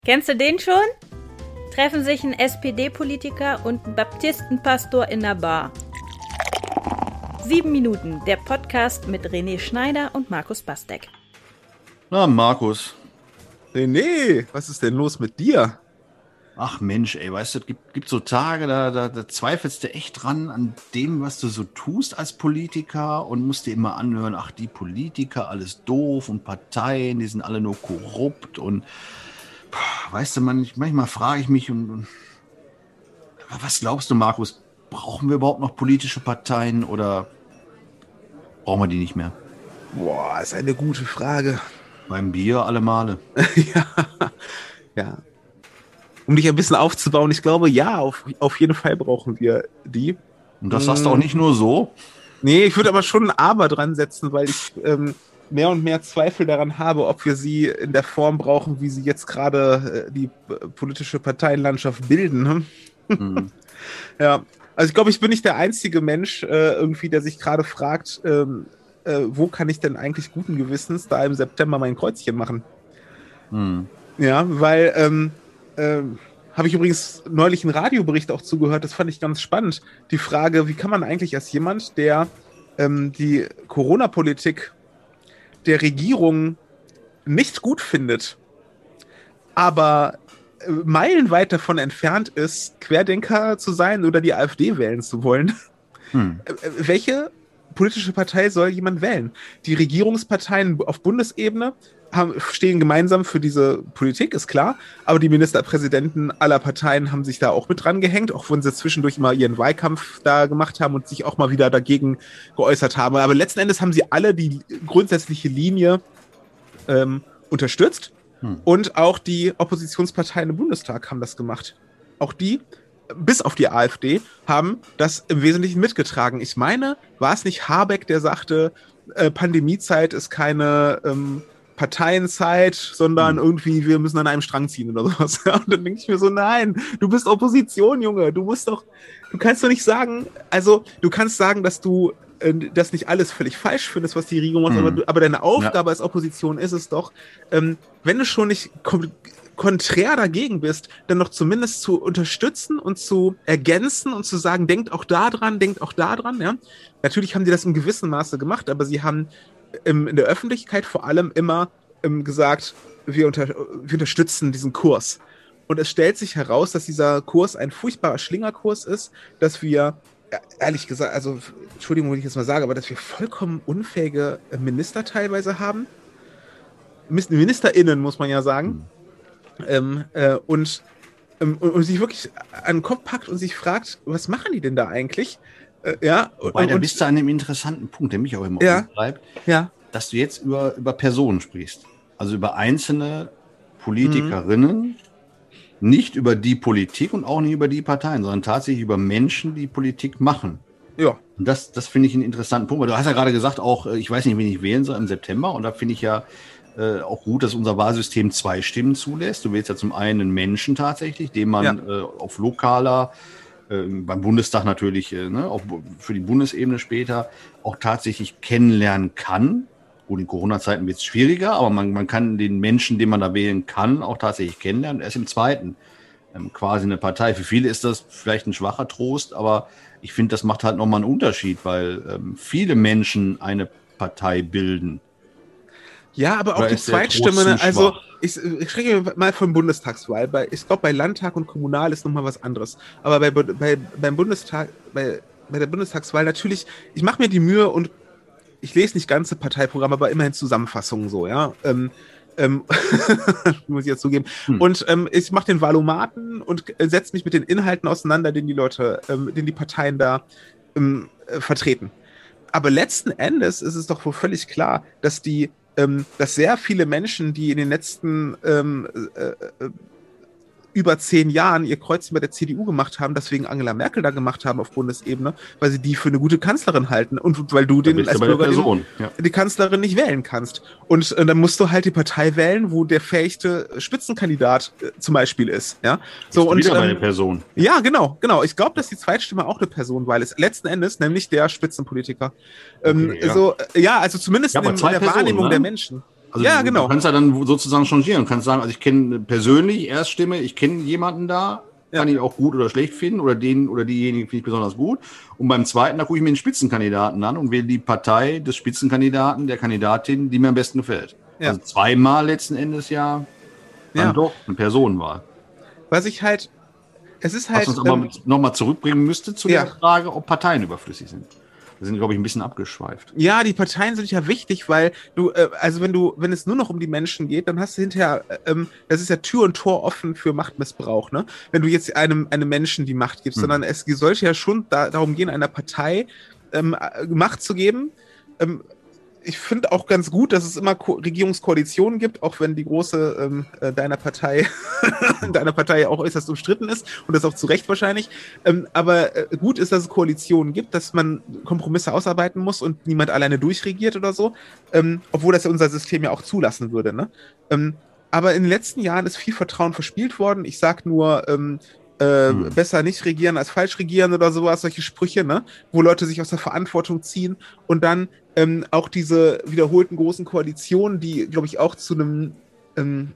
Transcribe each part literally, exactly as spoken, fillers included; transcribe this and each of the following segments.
Kennst du den schon? Treffen sich ein S P D-Politiker und ein Baptistenpastor in der Bar. Sieben Minuten, der Podcast mit René Schneider und Markus Bastek. Na, Markus. René, was ist denn los mit dir? Ach Mensch, ey, weißt du, es gibt, gibt so Tage, da, da, da zweifelst du echt dran an dem, was du so tust als Politiker und musst dir immer anhören, ach, die Politiker, alles doof und Parteien, die sind alle nur korrupt und weißt du, man, manchmal frage ich mich, und, und was glaubst du, Markus, brauchen wir überhaupt noch politische Parteien oder brauchen wir die nicht mehr? Boah, ist eine gute Frage. Beim Bier alle Male. ja, ja. Um dich ein bisschen aufzubauen, ich glaube, ja, auf, auf jeden Fall brauchen wir die. Und das sagst du auch nicht nur so? Nee, ich würde aber schon ein Aber dran setzen, weil ich ähm, mehr und mehr Zweifel daran habe, ob wir sie in der Form brauchen, wie sie jetzt gerade äh, die äh, politische Parteienlandschaft bilden. Ne? Mhm. Ja, also ich glaube, ich bin nicht der einzige Mensch äh, irgendwie, der sich gerade fragt, ähm, äh, wo kann ich denn eigentlich guten Gewissens da im September mein Kreuzchen machen? Mhm. Ja, weil ähm, äh, habe ich übrigens neulich einen Radiobericht auch zugehört, das fand ich ganz spannend. Die Frage, wie kann man eigentlich als jemand, der ähm, die Corona-Politik der Regierung nicht gut findet, aber meilenweit davon entfernt ist, Querdenker zu sein oder die AfD wählen zu wollen. Hm. Welche politische Partei soll jemand wählen? Die Regierungsparteien auf Bundesebene haben, stehen gemeinsam für diese Politik, ist klar, aber die Ministerpräsidenten aller Parteien haben sich da auch mit dran gehängt, auch wenn sie zwischendurch mal ihren Wahlkampf da gemacht haben und sich auch mal wieder dagegen geäußert haben. Aber letzten Endes haben sie alle die grundsätzliche Linie ähm, unterstützt. Hm. Und auch die Oppositionsparteien im Bundestag haben das gemacht. Auch die, bis auf die AfD, haben das im Wesentlichen mitgetragen. Ich meine, war es nicht Habeck, der sagte, äh, Pandemiezeit ist keine ähm, Parteienzeit, sondern hm. irgendwie, wir müssen an einem Strang ziehen oder sowas. Und dann denke ich mir so, nein, du bist Opposition, Junge. Du musst doch, du kannst doch nicht sagen, also du kannst sagen, dass du das nicht alles völlig falsch findest, was die Regierung macht, mhm. aber, aber deine Aufgabe ja. als Opposition ist es doch, ähm, wenn du schon nicht kom- konträr dagegen bist, dann noch zumindest zu unterstützen und zu ergänzen und zu sagen, denkt auch da dran, denkt auch da dran. Ja? Natürlich haben die das in gewissem Maße gemacht, aber sie haben ähm, in der Öffentlichkeit vor allem immer ähm, gesagt, wir, unter- wir unterstützen diesen Kurs. Und es stellt sich heraus, dass dieser Kurs ein furchtbarer Schlingerkurs ist, dass wir ehrlich gesagt, also Entschuldigung, wenn ich jetzt mal sage, aber dass wir vollkommen unfähige Minister teilweise haben. MinisterInnen, muss man ja sagen. Mhm. Ähm, äh, und, ähm, und, und sich wirklich an den Kopf packt und sich fragt, was machen die denn da eigentlich? Äh, ja, Wobei, und, da bist du an einem interessanten Punkt, der mich auch immer ja, umtreibt, ja. dass du jetzt über, über Personen sprichst. Also über einzelne Politikerinnen, mhm. nicht über die Politik und auch nicht über die Parteien, sondern tatsächlich über Menschen, die Politik machen. Ja. Und das, das finde ich einen interessanten Punkt. Weil du hast ja gerade gesagt, auch ich weiß nicht, wen ich wählen soll im September. Und da finde ich ja äh, auch gut, dass unser Wahlsystem zwei Stimmen zulässt. Du wählst ja zum einen einen Menschen tatsächlich, den man ja. äh, auf lokaler, äh, beim Bundestag natürlich, äh, ne, auch für die Bundesebene später, auch tatsächlich kennenlernen kann. Gut, in Corona-Zeiten wird es schwieriger, aber man, man kann den Menschen, den man da wählen kann, auch tatsächlich kennenlernen. Erst im Zweiten ähm, quasi eine Partei. Für viele ist das vielleicht ein schwacher Trost, aber ich finde, das macht halt nochmal einen Unterschied, weil ähm, viele Menschen eine Partei bilden. Ja, aber auch die Zweitstimme, also ich, ich spreche mal von Bundestagswahl. Bei, ich glaube, bei Landtag und Kommunal ist nochmal was anderes. Aber bei, bei, beim Bundestag, bei, bei der Bundestagswahl natürlich, ich mache mir die Mühe und ich lese nicht ganze Parteiprogramme, aber immerhin Zusammenfassungen so, ja. Ähm, ähm, muss ich jetzt zugeben. Hm. Und ähm, ich mache den Valomaten und äh, setze mich mit den Inhalten auseinander, den die Leute, ähm, den die Parteien da ähm, äh, vertreten. Aber letzten Endes ist es doch wohl völlig klar, dass die, ähm, dass sehr viele Menschen, die in den letzten ähm, äh, äh, über zehn Jahren ihr Kreuzchen bei der C D U gemacht haben, deswegen Angela Merkel da gemacht haben auf Bundesebene, weil sie die für eine gute Kanzlerin halten und weil du den als Bürger den, ja. die Kanzlerin nicht wählen kannst. Und äh, dann musst du halt die Partei wählen, wo der fähigste Spitzenkandidat äh, zum Beispiel ist. Ja, so, und wieder ähm, eine Person. Ja, genau, genau. Ich glaube, dass die Zweitstimme auch eine Personenwahl ist. Letzten Endes nämlich der Spitzenpolitiker. Ähm, okay, ja. So, äh, ja, also zumindest ja, in, in der Personen, Wahrnehmung ne? der Menschen. Also ja, du, genau. Du kannst ja dann sozusagen changieren. Du kannst sagen, also ich kenne persönlich Erststimme, ich kenne jemanden da, kann ja. ich auch gut oder schlecht finden oder den oder diejenigen finde ich besonders gut. Und beim zweiten, da gucke ich mir den Spitzenkandidaten an und wähle die Partei des Spitzenkandidaten, der Kandidatin, die mir am besten gefällt. Ja. Also zweimal letzten Endes ja dann ja. doch eine Personenwahl. Was ich halt, es ist halt... Was uns aber ähm, nochmal zurückbringen müsste zu ja. der Frage, ob Parteien überflüssig sind. Wir sind, glaube ich, ein bisschen abgeschweift. Ja, die Parteien sind ja wichtig, weil du, äh, also wenn du, wenn es nur noch um die Menschen geht, dann hast du hinterher, ähm, das ist ja Tür und Tor offen für Machtmissbrauch, ne? Wenn du jetzt einem, einem Menschen die Macht gibst, hm. sondern es sollte ja schon da, darum gehen, einer Partei ähm, Macht zu geben. Ähm, ich finde auch ganz gut, dass es immer Ko- Regierungskoalitionen gibt, auch wenn die große ähm, äh, deiner Partei deiner Partei auch äußerst umstritten ist und das auch zu Recht wahrscheinlich. Ähm, aber äh, gut ist, dass es Koalitionen gibt, dass man Kompromisse ausarbeiten muss und niemand alleine durchregiert oder so, ähm, obwohl das ja unser System ja auch zulassen würde. Ne? Ähm, aber in den letzten Jahren ist viel Vertrauen verspielt worden. Ich sag nur, ähm, Äh, hm. besser nicht regieren als falsch regieren oder sowas, solche Sprüche, ne, wo Leute sich aus der Verantwortung ziehen und dann ähm, auch diese wiederholten großen Koalitionen, die, glaube ich, auch zu einem ähm,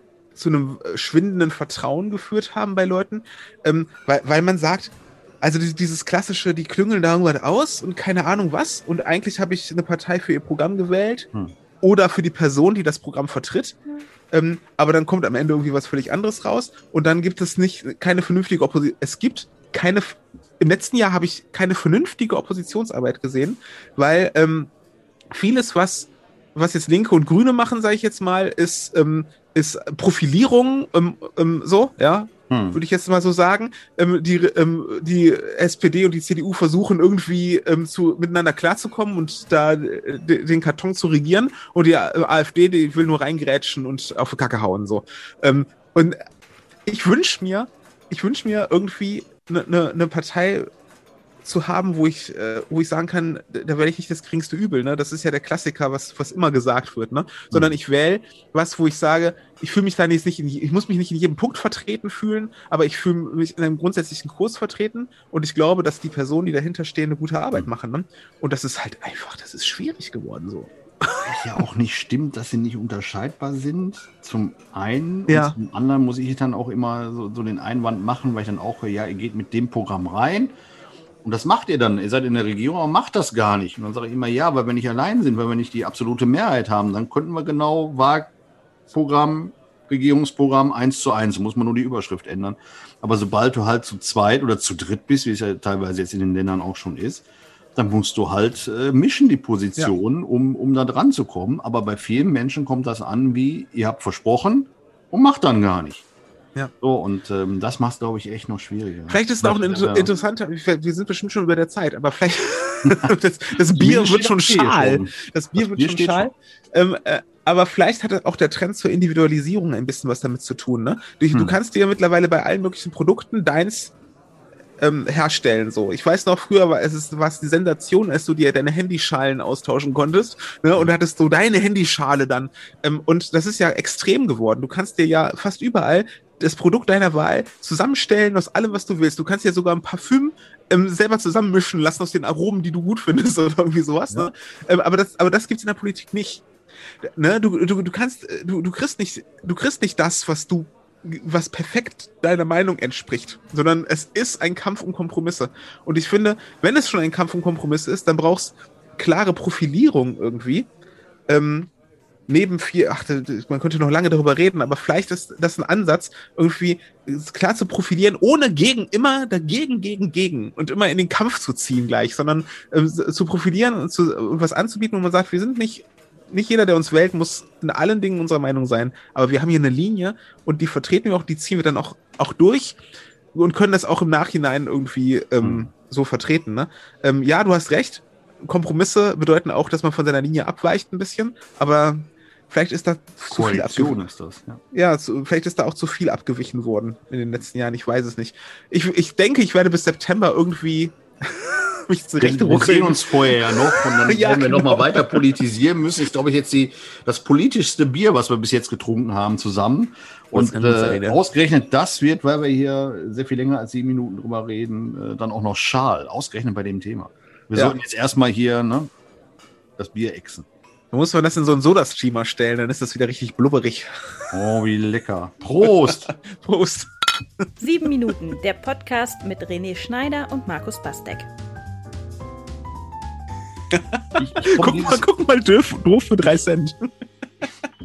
zu einem schwindenden Vertrauen geführt haben bei Leuten, ähm, weil, weil man sagt, also dieses klassische, die klüngeln da irgendwas aus und keine Ahnung was und eigentlich habe ich eine Partei für ihr Programm gewählt hm. oder für die Person, die das Programm vertritt. Ähm, aber dann kommt am Ende irgendwie was völlig anderes raus und dann gibt es nicht keine vernünftige Opposition. Es gibt keine, im letzten Jahr habe ich keine vernünftige Oppositionsarbeit gesehen, weil ähm, vieles, was, was jetzt Linke und Grüne machen, sage ich jetzt mal, ist, ähm, ist Profilierung, ähm, ähm, so, ja, hm. würde ich jetzt mal so sagen. Ähm, die, ähm, die S P D und die C D U versuchen irgendwie ähm, zu, miteinander klarzukommen und da äh, den Karton zu regieren und die AfD, die will nur reingrätschen und auf die Kacke hauen, so. Ähm, und ich wünsche mir, ich wünsche mir irgendwie eine ne, ne Partei zu haben, wo ich, äh, wo ich sagen kann, da wähle ich nicht das geringste Übel, ne? Das ist ja der Klassiker, was, was immer gesagt wird, ne? Mhm. Sondern ich wähle was, wo ich sage, ich fühle mich da nicht, in, ich muss mich nicht in jedem Punkt vertreten fühlen, aber ich fühle mich in einem grundsätzlichen Kurs vertreten und ich glaube, dass die Personen, die dahinter stehen, eine gute Arbeit mhm. machen, ne? Und das ist halt einfach, das ist schwierig geworden, so. Ja, auch nicht stimmt, dass sie nicht unterscheidbar sind. Zum einen ja. und zum anderen muss ich dann auch immer so, so den Einwand machen, weil ich dann auch, ja, ihr geht mit dem Programm rein. Und das macht ihr dann. Ihr seid in der Regierung, aber macht das gar nicht. Und dann sage ich immer, ja, weil wir nicht allein sind, weil wir nicht die absolute Mehrheit haben. Dann könnten wir genau Wahlprogramm, Regierungsprogramm eins zu eins. Muss man nur die Überschrift ändern. Aber sobald du halt zu zweit oder zu dritt bist, wie es ja teilweise jetzt in den Ländern auch schon ist, dann musst du halt äh, mischen die Positionen, ja. um, um da dran zu kommen. Aber bei vielen Menschen kommt das an wie, ihr habt versprochen und macht dann gar nicht. Ja. So, und ähm, das macht es, glaube ich, echt noch schwieriger. Vielleicht ist es auch ein inter- interessanter, wir sind bestimmt schon über der Zeit, aber vielleicht, das, das Bier wird schon schal. Das Bier wird schon schal. Ähm, äh, aber vielleicht hat auch der Trend zur Individualisierung ein bisschen was damit zu tun. Ne? Du, hm. du kannst dir mittlerweile bei allen möglichen Produkten deins ähm, herstellen. So. Ich weiß noch, früher war es ist, war es die Sensation, als du dir deine Handyschalen austauschen konntest, ne? Und hattest du deine Handyschale dann. Ähm, und das ist ja extrem geworden. Du kannst dir ja fast überall das Produkt deiner Wahl zusammenstellen aus allem, was du willst. Du kannst ja sogar ein Parfüm ähm, selber zusammenmischen lassen aus den Aromen, die du gut findest oder irgendwie sowas. Ja. Ne? Ähm, aber das, aber das gibt's in der Politik nicht. Ne? Du, du, du kannst, du, du kriegst nicht, du kriegst nicht das, was du, was perfekt deiner Meinung entspricht, sondern es ist ein Kampf um Kompromisse. Und ich finde, wenn es schon ein Kampf um Kompromisse ist, dann brauchst klare Profilierung irgendwie. Ähm, Neben vier, ach, man könnte noch lange darüber reden, aber vielleicht ist das ein Ansatz, irgendwie klar zu profilieren, ohne gegen, immer dagegen, gegen, gegen und immer in den Kampf zu ziehen gleich, sondern äh, zu profilieren und, zu, und was anzubieten, wo man sagt, wir sind nicht, nicht jeder, der uns wählt, muss in allen Dingen unserer Meinung sein, aber wir haben hier eine Linie und die vertreten wir auch, die ziehen wir dann auch, auch durch und können das auch im Nachhinein irgendwie ähm, mhm. so vertreten. Ne? Ähm, ja, du hast recht, Kompromisse bedeuten auch, dass man von seiner Linie abweicht ein bisschen, aber vielleicht ist da zu viel abgewichen. Ist das, ja. Ja, zu, vielleicht ist da auch zu viel abgewichen worden in den letzten Jahren. Ich weiß es nicht. Ich, ich denke, ich werde bis September irgendwie mich zurechtruckeln. Wir sehen uns vorher ja noch und dann ja, werden wir genau. nochmal weiter politisieren müssen. Ich glaube, jetzt die, das politischste Bier, was wir bis jetzt getrunken haben, zusammen. Und äh, sein, ja. ausgerechnet das wird, weil wir hier sehr viel länger als sieben Minuten drüber reden, äh, dann auch noch schal. Ausgerechnet bei dem Thema. Wir ja. sollten jetzt erstmal hier ne, das Bier exen. Da muss man das in so einen Soda-Streamer stellen, dann ist das wieder richtig blubberig. Oh, wie lecker. Prost! Prost! Sieben Minuten, der Podcast mit René Schneider und Markus Bastek. Ich, ich Guck mal, guck mal, doof, doof für drei Cent.